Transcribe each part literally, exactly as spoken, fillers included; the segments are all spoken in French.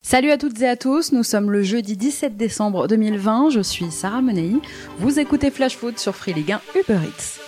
Salut à toutes et à tous, nous sommes le jeudi dix-sept décembre deux mille vingt, je suis Sarah Menei, vous écoutez Flash Foot sur Free Ligue un Uber Eats.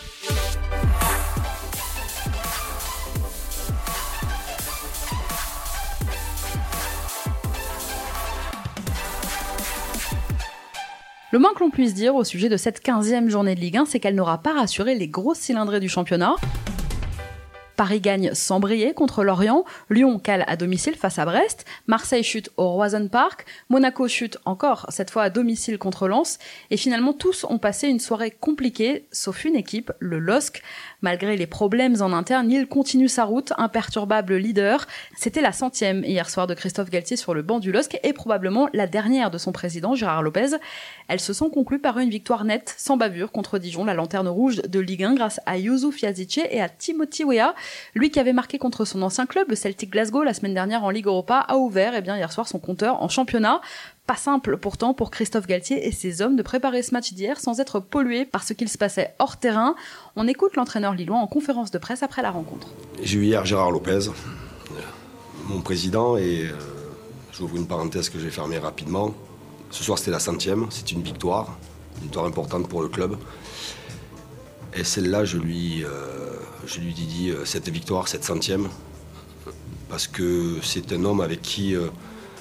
Le moins que l'on puisse dire au sujet de cette quinzième journée de Ligue un, c'est qu'elle n'aura pas rassuré les grosses cylindrées du championnat. Paris gagne sans briller contre Lorient, Lyon cale à domicile face à Brest, Marseille chute au Roison Park, Monaco chute encore, cette fois à domicile contre Lens, et finalement tous ont passé une soirée compliquée, sauf une équipe, le L O S C. Malgré les problèmes en interne, Lille continue sa route, imperturbable leader. C'était la centième hier soir de Christophe Galtier sur le banc du L O S C et probablement la dernière de son président Gérard Lopez. Elles se sont conclues par une victoire nette, sans bavure, contre Dijon, la lanterne rouge de Ligue un, grâce à Youssouf Yazici et à Timothy Weah. Lui qui avait marqué contre son ancien club, le Celtic Glasgow, la semaine dernière en Ligue Europa, a ouvert eh bien, hier soir son compteur en championnat. Pas simple pourtant pour Christophe Galtier et ses hommes de préparer ce match d'hier sans être pollués par ce qu'il se passait hors terrain. On écoute l'entraîneur lillois en conférence de presse après la rencontre. J'ai eu hier Gérard Lopez, mon président, et euh, j'ouvre une parenthèse que je vais fermer rapidement. Ce soir c'était la centième, c'est une victoire, une victoire importante pour le club. Et celle-là, je lui, euh, je lui dis euh, cette victoire, cette centième, parce que c'est un homme avec qui... Euh,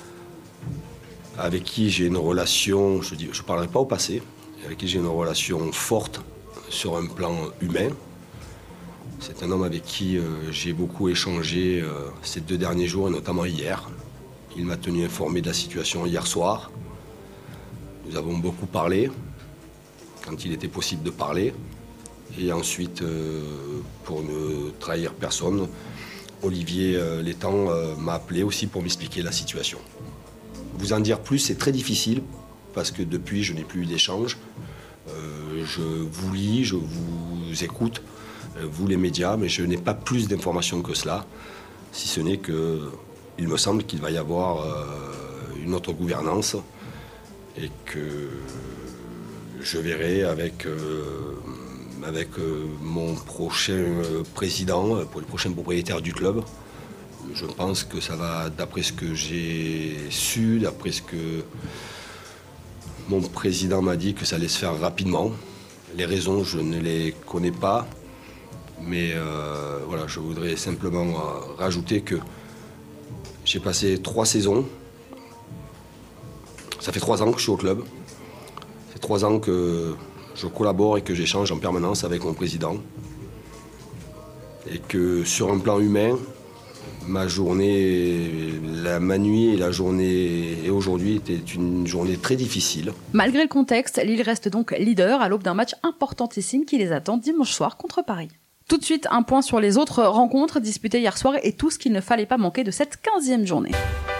avec qui j'ai une relation, je ne je parlerai pas au passé, avec qui j'ai une relation forte sur un plan humain. C'est un homme avec qui euh, j'ai beaucoup échangé euh, ces deux derniers jours, et notamment hier. Il m'a tenu informé de la situation hier soir. Nous avons beaucoup parlé, quand il était possible de parler. Et ensuite, euh, pour ne trahir personne, Olivier euh, Létang euh, m'a appelé aussi pour m'expliquer la situation. Vous en dire plus, c'est très difficile, parce que depuis, je n'ai plus eu d'échange. Euh, je vous lis, je vous écoute, euh, vous les médias, mais je n'ai pas plus d'informations que cela, si ce n'est qu'il me semble qu'il va y avoir euh, une autre gouvernance et que je verrai avec, euh, avec euh, mon prochain euh, président, pour le prochain propriétaire du club. Je pense que ça va, d'après ce que j'ai su, d'après ce que mon président m'a dit, que ça allait se faire rapidement. Les raisons, je ne les connais pas, mais euh, voilà, je voudrais simplement euh, rajouter que j'ai passé trois saisons. Ça fait trois ans que je suis au club. C'est trois ans que je collabore et que j'échange en permanence avec mon président. Et que sur un plan humain, ma journée, la, ma nuit et la journée et aujourd'hui était une journée très difficile. Malgré le contexte, Lille reste donc leader à l'aube d'un match importantissime qui les attend dimanche soir contre Paris. Tout de suite, un point sur les autres rencontres disputées hier soir et tout ce qu'il ne fallait pas manquer de cette quinzième journée.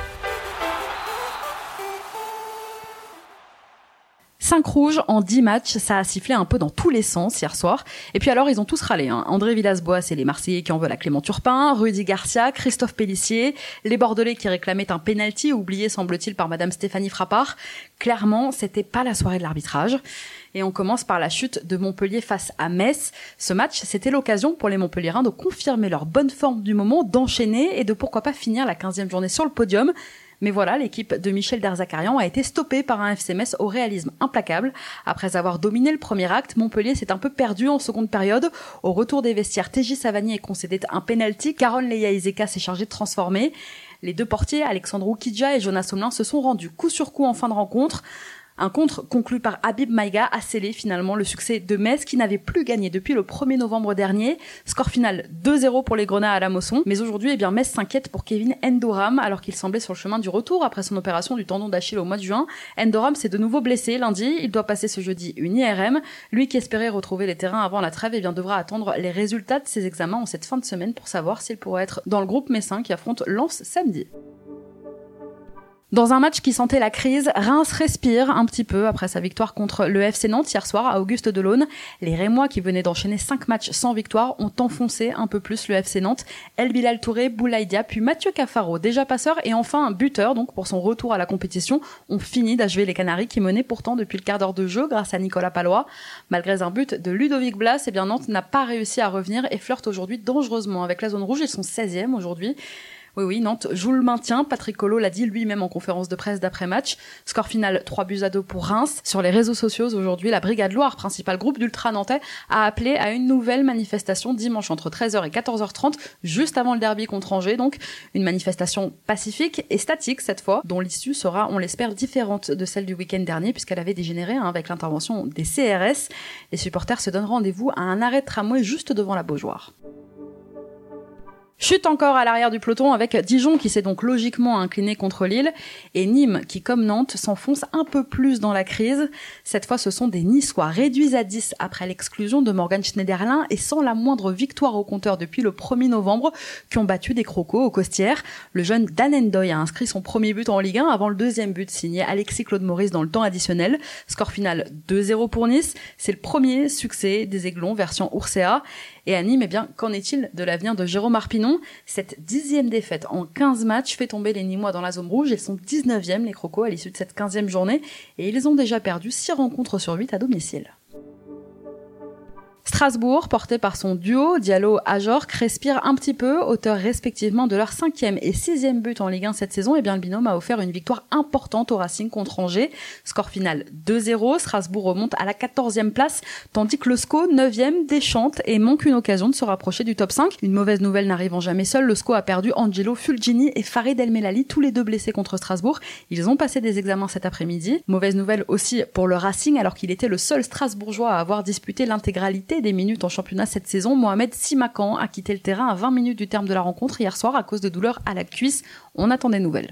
cinq rouges en dix matchs, ça a sifflé un peu dans tous les sens hier soir. Et puis alors, ils ont tous râlé. Hein. André Villas-Boas et les Marseillais qui en veulent à Clément Turpin, Rudy Garcia, Christophe Pélissier, les Bordelais qui réclamaient un pénalty oublié, semble-t-il, par Madame Stéphanie Frappart. Clairement, c'était pas la soirée de l'arbitrage. Et on commence par la chute de Montpellier face à Metz. Ce match, c'était l'occasion pour les Montpelliérains de confirmer leur bonne forme du moment, d'enchaîner et de pourquoi pas finir la quinzième journée sur le podium. Mais voilà, l'équipe de Michel Derzakarian a été stoppée par un F C Metz au réalisme implacable. Après avoir dominé le premier acte, Montpellier s'est un peu perdu en seconde période. Au retour des vestiaires, T J Savanier est concédé un penalty. Caron Leia-Izeka s'est chargé de transformer. Les deux portiers, Alexandre Oukidja et Jonas Somlin, se sont rendus coup sur coup en fin de rencontre. Un contre conclu par Habib Maïga a scellé finalement le succès de Metz qui n'avait plus gagné depuis le premier novembre dernier. Score final deux zéro pour les Grenats à la Mosson. Mais aujourd'hui, eh bien, Metz s'inquiète pour Kevin Endoram alors qu'il semblait sur le chemin du retour après son opération du tendon d'Achille au mois de juin. Endoram s'est de nouveau blessé lundi. Il doit passer ce jeudi une I R M. Lui qui espérait retrouver les terrains avant la trêve, eh bien, devra attendre les résultats de ses examens en cette fin de semaine pour savoir s'il pourra être dans le groupe messin qui affronte Lens samedi. Dans un match qui sentait la crise, Reims respire un petit peu après sa victoire contre le F C Nantes hier soir à Auguste Delaune. Les Rémois qui venaient d'enchaîner cinq matchs sans victoire ont enfoncé un peu plus le F C Nantes. El Bilal Touré, Boulaïdia, puis Mathieu Cafaro, déjà passeur et enfin un buteur donc pour son retour à la compétition, ont fini d'achever les Canaries qui menaient pourtant depuis le quart d'heure de jeu grâce à Nicolas Pallois. Malgré un but de Ludovic Blas, eh bien Nantes n'a pas réussi à revenir et flirte aujourd'hui dangereusement avec la zone rouge. Ils sont seizième aujourd'hui. Oui, oui, Nantes joue le maintien. Patrick Collot l'a dit lui-même en conférence de presse d'après-match. Score final trois buts à deux pour Reims. Sur les réseaux sociaux aujourd'hui, la Brigade Loire, principal groupe d'ultra nantais, a appelé à une nouvelle manifestation dimanche entre treize heures et quatorze heures trente, juste avant le derby contre Angers. Donc, une manifestation pacifique et statique cette fois, dont l'issue sera, on l'espère, différente de celle du week-end dernier, puisqu'elle avait dégénéré hein, avec l'intervention des C R S. Les supporters se donnent rendez-vous à un arrêt de tramway juste devant la Beaujoire. Chute encore à l'arrière du peloton avec Dijon qui s'est donc logiquement incliné contre Lille et Nîmes qui, comme Nantes, s'enfonce un peu plus dans la crise. Cette fois, ce sont des Niçois réduits à dix après l'exclusion de Morgan Schneiderlin et sans la moindre victoire au compteur depuis le premier novembre qui ont battu des crocos aux Costières. Le jeune Dan Ndoye a inscrit son premier but en Ligue un avant le deuxième but signé Alexis Claude Maurice dans le temps additionnel. Score final deux zéro pour Nice. C'est le premier succès des Aiglons version Urcea. Et à Nîmes, eh bien, qu'en est-il de l'avenir de Jérôme Arpinon ? Cette dixième défaite en quinze matchs fait tomber les Nîmois dans la zone rouge. Ils sont dix-neuvième, les Crocos, à l'issue de cette quinzième journée. Et ils ont déjà perdu six rencontres sur huit à domicile. Strasbourg, porté par son duo Diallo-Ajorc, respire un petit peu, auteur respectivement de leur cinquième et sixième but en Ligue un cette saison. Et bien le binôme a offert une victoire importante au Racing contre Angers. Score final deux zéro, Strasbourg remonte à la quatorzième place, tandis que le S C O, neuvième, déchante et manque une occasion de se rapprocher du top cinq. Une mauvaise nouvelle n'arrivant jamais seule, le S C O a perdu Angelo Fulgini et Farid El Melali, tous les deux blessés contre Strasbourg. Ils ont passé des examens cet après-midi. Mauvaise nouvelle aussi pour le Racing, alors qu'il était le seul Strasbourgeois à avoir disputé l'intégralité des minutes en championnat cette saison. Mohamed Simakan a quitté le terrain à vingt minutes du terme de la rencontre hier soir à cause de douleurs à la cuisse. On attend des nouvelles.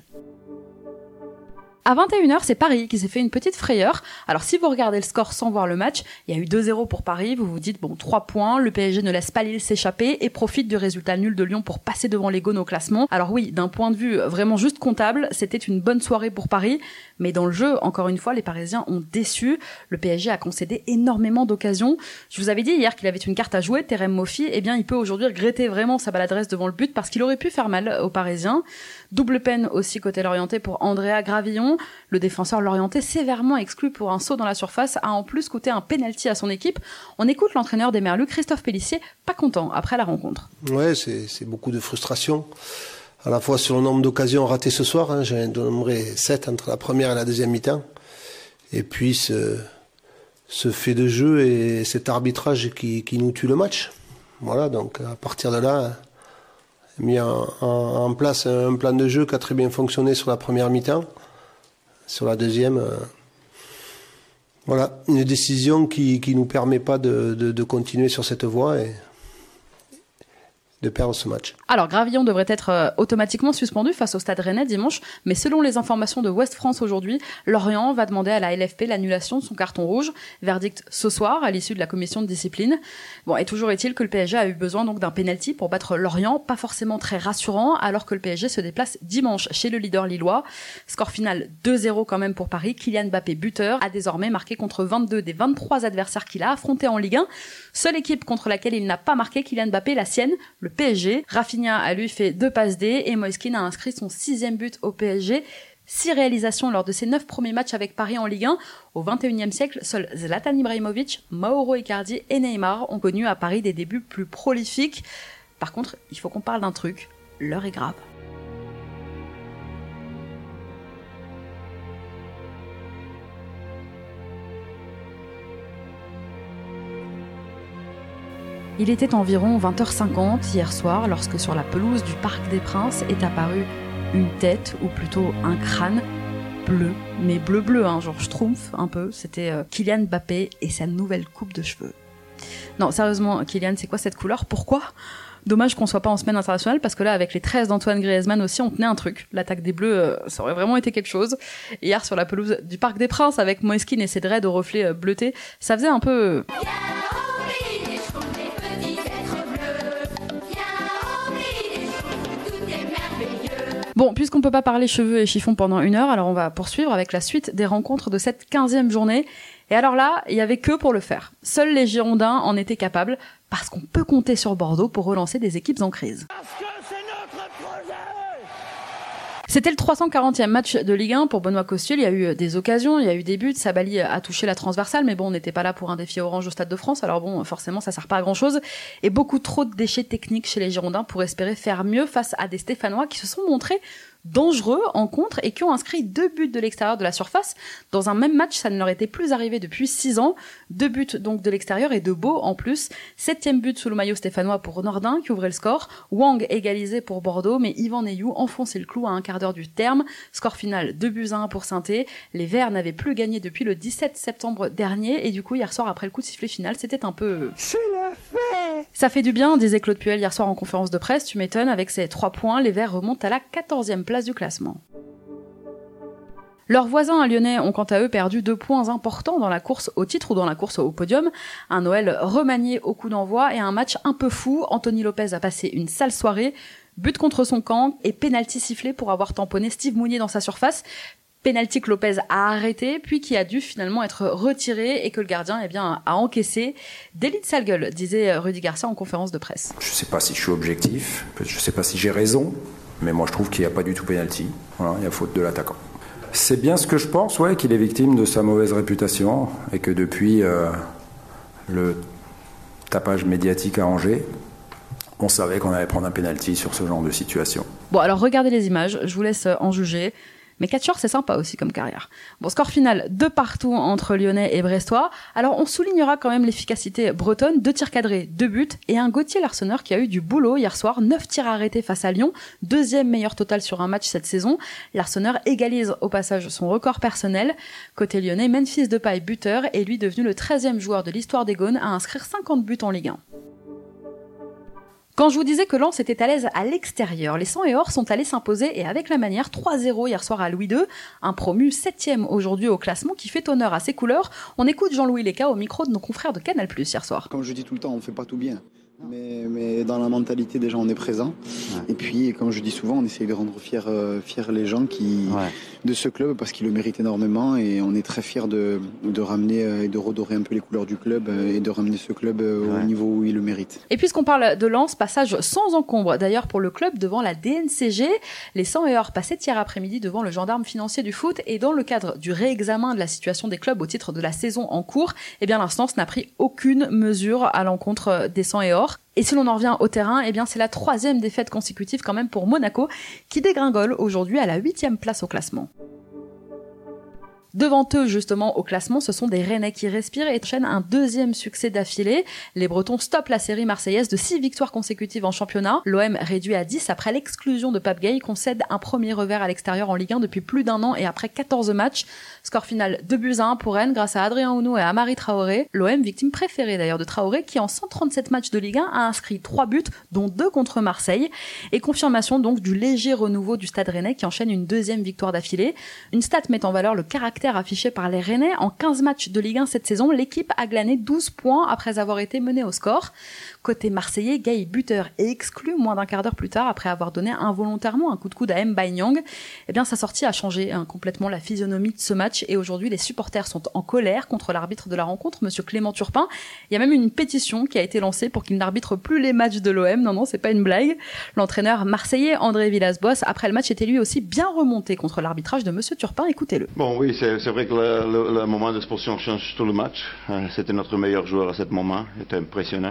À vingt et une heures, c'est Paris qui s'est fait une petite frayeur. Alors si vous regardez le score sans voir le match, il y a eu deux zéro pour Paris, vous vous dites bon, trois points, le P S G ne laisse pas Lille s'échapper et profite du résultat nul de Lyon pour passer devant les Gaunes au classement. Alors oui, d'un point de vue vraiment juste comptable, c'était une bonne soirée pour Paris, mais dans le jeu, encore une fois, les Parisiens ont déçu. Le P S G a concédé énormément d'occasions. Je vous avais dit hier qu'il avait une carte à jouer, Terem Moffi, eh bien il peut aujourd'hui regretter vraiment sa maladresse devant le but parce qu'il aurait pu faire mal aux Parisiens. Double peine aussi côté lorientais pour Andrea Gravillon. Le défenseur lorientais sévèrement exclu pour un saut dans la surface a en plus coûté un penalty à son équipe. On écoute l'entraîneur des Merlus, Christophe Pélissier, pas content après la rencontre. Ouais, c'est, c'est beaucoup de frustration. À la fois sur le nombre d'occasions ratées ce soir, hein, j'ai nombré sept entre la première et la deuxième mi-temps. Et puis ce, ce fait de jeu et cet arbitrage qui, qui nous tue le match. Voilà, donc à partir de là, mis en, en, en place un plan de jeu qui a très bien fonctionné sur la première mi-temps. Sur la deuxième, euh, voilà, une décision qui qui nous permet pas de, de, de continuer sur cette voie et de perdre ce match. Alors Gravillon devrait être euh, automatiquement suspendu face au Stade Rennais dimanche, mais selon les informations de Ouest France aujourd'hui, Lorient va demander à la L F P l'annulation de son carton rouge. Verdict ce soir à l'issue de la commission de discipline. Bon, et toujours est-il que le P S G a eu besoin donc d'un penalty pour battre Lorient, pas forcément très rassurant, alors que le P S G se déplace dimanche chez le leader lillois. Score final deux zéro quand même pour Paris. Kylian Mbappé, buteur, a désormais marqué contre vingt-deux des vingt-trois adversaires qu'il a affrontés en Ligue un. Seule équipe contre laquelle il n'a pas marqué, Kylian Mbappé, la sienne, le P S G. Rafinha a lui fait deux passes D et Moise Kean a inscrit son sixième but au P S G. Six réalisations lors de ses neuf premiers matchs avec Paris en Ligue un. Au vingt et unième siècle, seuls Zlatan Ibrahimovic, Mauro Icardi et Neymar ont connu à Paris des débuts plus prolifiques. Par contre, il faut qu'on parle d'un truc. L'heure est grave. Il était environ vingt heures cinquante hier soir lorsque sur la pelouse du Parc des Princes est apparue une tête, ou plutôt un crâne bleu, mais bleu-bleu, hein, genre schtroumpf un peu. C'était euh, Kylian Mbappé et sa nouvelle coupe de cheveux. Non, sérieusement, Kylian, c'est quoi cette couleur ? Pourquoi ? Dommage qu'on soit pas en semaine internationale, parce que là, avec les treize d'Antoine Griezmann aussi, on tenait un truc. L'attaque des Bleus, euh, ça aurait vraiment été quelque chose. Et hier, sur la pelouse du Parc des Princes, avec Moise Kean et ses dreads au reflet euh, bleuté, ça faisait un peu... Euh... Bon, puisqu'on peut pas parler cheveux et chiffons pendant une heure, alors on va poursuivre avec la suite des rencontres de cette quinzième journée. Et alors là, il y avait que pour le faire. Seuls les Girondins en étaient capables, parce qu'on peut compter sur Bordeaux pour relancer des équipes en crise. Parce que c'est notre projet ! C'était le trois cent quarantième match de Ligue un pour Benoît Costil. Il y a eu des occasions, il y a eu des buts. Sabali a touché la transversale, mais bon, on n'était pas là pour un défi orange au Stade de France. Alors bon, forcément, ça sert pas à grand chose. Et beaucoup trop de déchets techniques chez les Girondins pour espérer faire mieux face à des Stéphanois qui se sont montrés dangereux en contre et qui ont inscrit deux buts de l'extérieur de la surface. Dans un même match, ça ne leur était plus arrivé depuis six ans. Deux buts donc de l'extérieur et de beaux en plus. Septième but sous le maillot stéphanois pour Nordin qui ouvrait le score. Wang égalisé pour Bordeaux, mais Yvan Neyou enfonçait le clou à un quart d'heure du terme. Score final deux buts à un pour Saint-Étienne. Les Verts n'avaient plus gagné depuis le dix-sept septembre dernier et du coup hier soir après le coup de sifflet final, c'était un peu... C'est la fête. Ça fait du bien, disait Claude Puel hier soir en conférence de presse. Tu m'étonnes, avec ces trois points, les Verts remontent à la quatorzième place du classement. Leurs voisins lyonnais ont quant à eux perdu deux points importants dans la course au titre ou dans la course au podium. Un Noël remanié au coup d'envoi et un match un peu fou. Anthony Lopez a passé une sale soirée. But contre son camp et pénalty sifflé pour avoir tamponné Steve Mounier dans sa surface. Pénalty que Lopez a arrêté, puis qui a dû finalement être retiré et que le gardien eh bien, a encaissé. Délit de sale gueule, disait Rudy Garcia en conférence de presse. Je ne sais pas si je suis objectif, je ne sais pas si j'ai raison, mais moi je trouve qu'il n'y a pas du tout pénalty. Voilà, il y a faute de l'attaquant. C'est bien ce que je pense, ouais, qu'il est victime de sa mauvaise réputation et que depuis euh, le tapage médiatique à Angers, on savait qu'on allait prendre un pénalty sur ce genre de situation. Bon, alors regardez les images, je vous laisse en juger. Mais catcheur, c'est sympa aussi comme carrière. Bon, score final de partout entre Lyonnais et Brestois. Alors, on soulignera quand même l'efficacité bretonne. Deux tirs cadrés, deux buts et un Gauthier Larsonneur qui a eu du boulot hier soir. Neuf tirs arrêtés face à Lyon. Deuxième meilleur total sur un match cette saison. Larsonneur égalise au passage son record personnel. Côté lyonnais, Memphis Depay buteur est lui devenu le treizième joueur de l'histoire des Gaunes à inscrire cinquante buts en Ligue un. Quand je vous disais que Lens était à l'aise à l'extérieur, les cent et or sont allés s'imposer et avec la manière trois zéro hier soir à Louis deux, un promu septième aujourd'hui au classement qui fait honneur à ses couleurs. On écoute Jean-Louis Léca au micro de nos confrères de Canal plus hier soir. Comme je dis tout le temps, on ne fait pas tout bien. Mais, mais dans la mentalité déjà on est présent ouais. Et puis comme je dis souvent on essaye de rendre fiers, euh, fiers les gens qui, ouais. de ce club parce qu'ils le méritent énormément et on est très fiers de, de ramener euh, et de redorer un peu les couleurs du club euh, et de ramener ce club euh, ouais. au niveau où il le mérite. Et puisqu'on parle de Lens, passage sans encombre d'ailleurs pour le club devant la D N C G. Les cent et or passaient hier après-midi devant le gendarme financier du foot et dans le cadre du réexamen de la situation des clubs au titre de la saison en cours, eh bien l'instance n'a pris aucune mesure à l'encontre des cent et or. Et si l'on en revient au terrain, eh bien c'est la troisième défaite consécutive quand même pour Monaco, qui dégringole aujourd'hui à la huitième place au classement. Devant eux, justement, au classement, ce sont des Rennais qui respirent et enchaînent un deuxième succès d'affilée. Les Bretons stoppent la série marseillaise de six victoires consécutives en championnat. L'O M réduit à dix après l'exclusion de Pape Gueye, concède un premier revers à l'extérieur en Ligue un depuis plus d'un an et après quatorze matchs. Score final deux buts à un pour Rennes grâce à Adrien Ounou et à Amari Traoré. L'O M, victime préférée d'ailleurs de Traoré, qui en cent trente-sept matchs de Ligue un a inscrit trois buts, dont deux contre Marseille. Et confirmation donc du léger renouveau du Stade Rennais qui enchaîne une deuxième victoire d'affilée. Une stat met en valeur le caractère affiché par les Rennais. En quinze matchs de Ligue un cette saison, l'équipe a glané douze points après avoir été menée au score. Côté marseillais, Gueye buteur est exclu moins d'un quart d'heure plus tard après avoir donné involontairement un coup de coude à Mbaye Niang. Eh bien, sa sortie a changé hein, complètement la physionomie de ce match et aujourd'hui, les supporters sont en colère contre l'arbitre de la rencontre, monsieur Clément Turpin. Il y a même une pétition qui a été lancée pour qu'il n'arbitre plus les matchs de l'O M. Non, non, c'est pas une blague. L'entraîneur marseillais André Villas-Boas, après le match, était lui aussi bien remonté contre l'arbitrage de monsieur Turpin. Écoutez-le. Bon, oui, c'est, c'est vrai que le, le, le moment d'expulsion change tout le match. C'était notre meilleur joueur à ce moment. C'était impressionnant.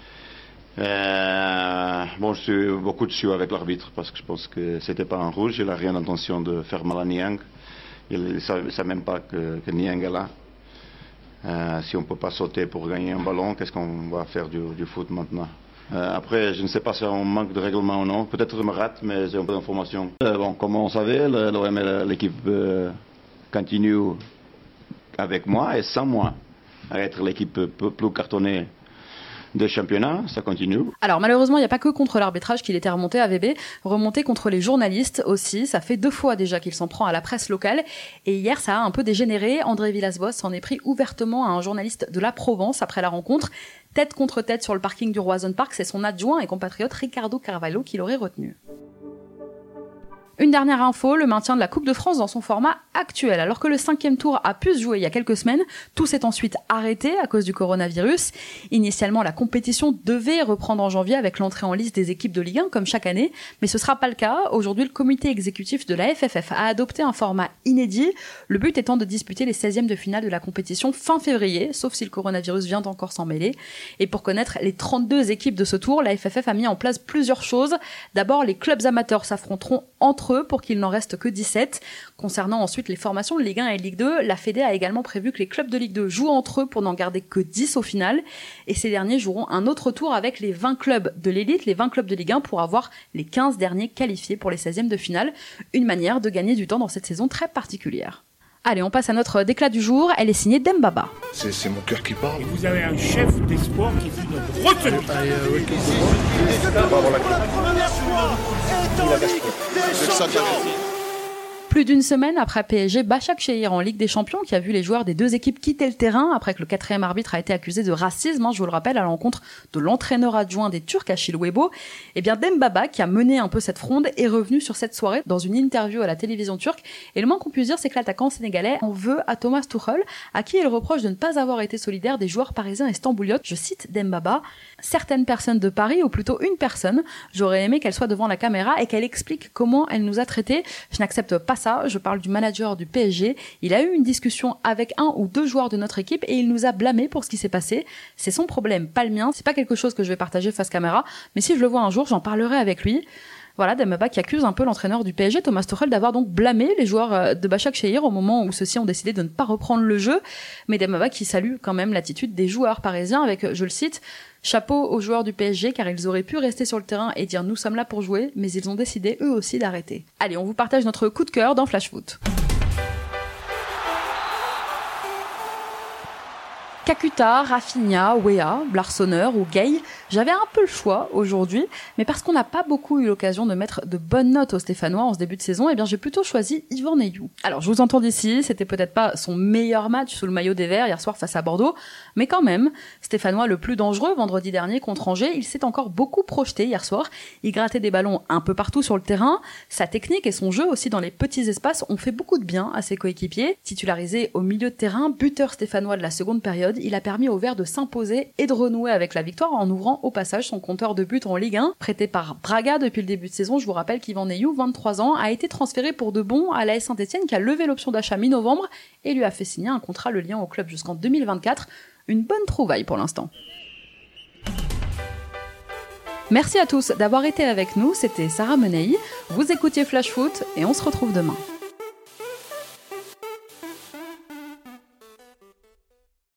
Euh, bon, je suis beaucoup dessus avec l'arbitre parce que je pense que c'était pas un rouge. Il n'a rien d'intention de faire mal à Niang. Il ne sait même pas que, que Niang est là. Euh, si on ne peut pas sauter pour gagner un ballon, qu'est-ce qu'on va faire du, du foot maintenant? Euh, après, je ne sais pas si on manque de règlement ou non. Peut-être que je me rate, mais j'ai un peu d'informations. Euh, bon, comme on savait, l'O M, l'équipe euh, continue avec moi et sans moi à être l'équipe plus cartonnée de championnat, ça continue. Alors malheureusement, il n'y a pas que contre l'arbitrage qu'il était remonté à V B, remonté contre les journalistes aussi. Ça fait deux fois déjà qu'il s'en prend à la presse locale. Et hier, ça a un peu dégénéré. André Villas-Boas s'en est pris ouvertement à un journaliste de la Provence après la rencontre. Tête contre tête sur le parking du Roison Park, c'est son adjoint et compatriote Ricardo Carvalho qui l'aurait retenu. Une dernière info, le maintien de la Coupe de France dans son format actuel. Alors que le cinquième tour a pu se jouer il y a quelques semaines, tout s'est ensuite arrêté à cause du coronavirus. Initialement, la compétition devait reprendre en janvier avec l'entrée en liste des équipes de Ligue un comme chaque année, mais ce sera pas le cas. Aujourd'hui, le comité exécutif de la F F F a adopté un format inédit, le but étant de disputer les seizièmes de finale de la compétition fin février, sauf si le coronavirus vient encore s'en mêler. Et pour connaître les trente-deux équipes de ce tour, la F F F a mis en place plusieurs choses. D'abord, les clubs amateurs s'affronteront entre eux pour qu'il n'en reste que dix-sept. Concernant ensuite les formations de Ligue un et Ligue deux, la Fédé a également prévu que les clubs de Ligue deux jouent entre eux pour n'en garder que dix au final. Et ces derniers joueront un autre tour avec les vingt clubs de l'élite, les vingt clubs de Ligue un pour avoir les quinze derniers qualifiés pour les seizièmes de finale. Une manière de gagner du temps dans cette saison très particulière. Allez, on passe à notre déclat du jour. Elle est signée Dembaba. C'est, c'est mon cœur qui parle. Et vous avez un chef d'espoir qui fut notre retenue. Allez, euh, oui, c'est pour la première fois est en Ligue des Champions. Plus d'une semaine après P S G, Başakşehir en Ligue des Champions, qui a vu les joueurs des deux équipes quitter le terrain après que le quatrième arbitre a été accusé de racisme, hein, je vous le rappelle, à l'encontre de l'entraîneur adjoint des Turcs, Achille Webo. Eh bien, Dembaba, qui a mené un peu cette fronde, est revenu sur cette soirée dans une interview à la télévision turque. Et le moins qu'on puisse dire, c'est que l'attaquant sénégalais en veut à Thomas Tuchel, à qui il reproche de ne pas avoir été solidaire des joueurs parisiens estambouliotes. Je cite Dembaba. Certaines personnes de Paris, ou plutôt une personne, j'aurais aimé qu'elle soit devant la caméra et qu'elle explique comment elle nous a traités. Je n'accepte pas ça, je parle du manager du P S G. Il a eu une discussion avec un ou deux joueurs de notre équipe et il nous a blâmés pour ce qui s'est passé. C'est son problème, pas le mien. C'est pas quelque chose que je vais partager face caméra, mais si je le vois un jour, j'en parlerai avec lui. Voilà, Dembaba qui accuse un peu l'entraîneur du P S G, Thomas Tuchel, d'avoir donc blâmé les joueurs de Başakşehir au moment où ceux-ci ont décidé de ne pas reprendre le jeu. Mais Dembaba qui salue quand même l'attitude des joueurs parisiens avec, je le cite, « Chapeau aux joueurs du P S G car ils auraient pu rester sur le terrain et dire « nous sommes là pour jouer », mais ils ont décidé eux aussi d'arrêter ». Allez, on vous partage notre coup de cœur dans Flash Foot. Kakuta, Rafinha, Weah, Larsonneur ou Gay, j'avais un peu le choix aujourd'hui, mais parce qu'on n'a pas beaucoup eu l'occasion de mettre de bonnes notes aux Stéphanois en ce début de saison, eh bien j'ai plutôt choisi Yvan Neyou. Alors je vous entends d'ici, c'était peut-être pas son meilleur match sous le maillot des Verts hier soir face à Bordeaux, mais quand même, Stéphanois le plus dangereux vendredi dernier contre Angers, il s'est encore beaucoup projeté hier soir, il grattait des ballons un peu partout sur le terrain, sa technique et son jeu aussi dans les petits espaces ont fait beaucoup de bien à ses coéquipiers. Titularisé au milieu de terrain, buteur stéphanois de la seconde période, il a permis aux Verts de s'imposer et de renouer avec la victoire en ouvrant au passage son compteur de buts en Ligue un. Prêté par Braga depuis le début de saison, je vous rappelle qu'Yvan Neyou, vingt-trois ans, a été transféré pour de bon à l'A S Saint-Etienne qui a levé l'option d'achat mi-novembre et lui a fait signer un contrat le liant au club jusqu'en deux mille vingt-quatre. Une bonne trouvaille pour l'instant. Merci à tous d'avoir été avec nous, c'était Sarah Menei, vous écoutiez Flash Foot et on se retrouve demain.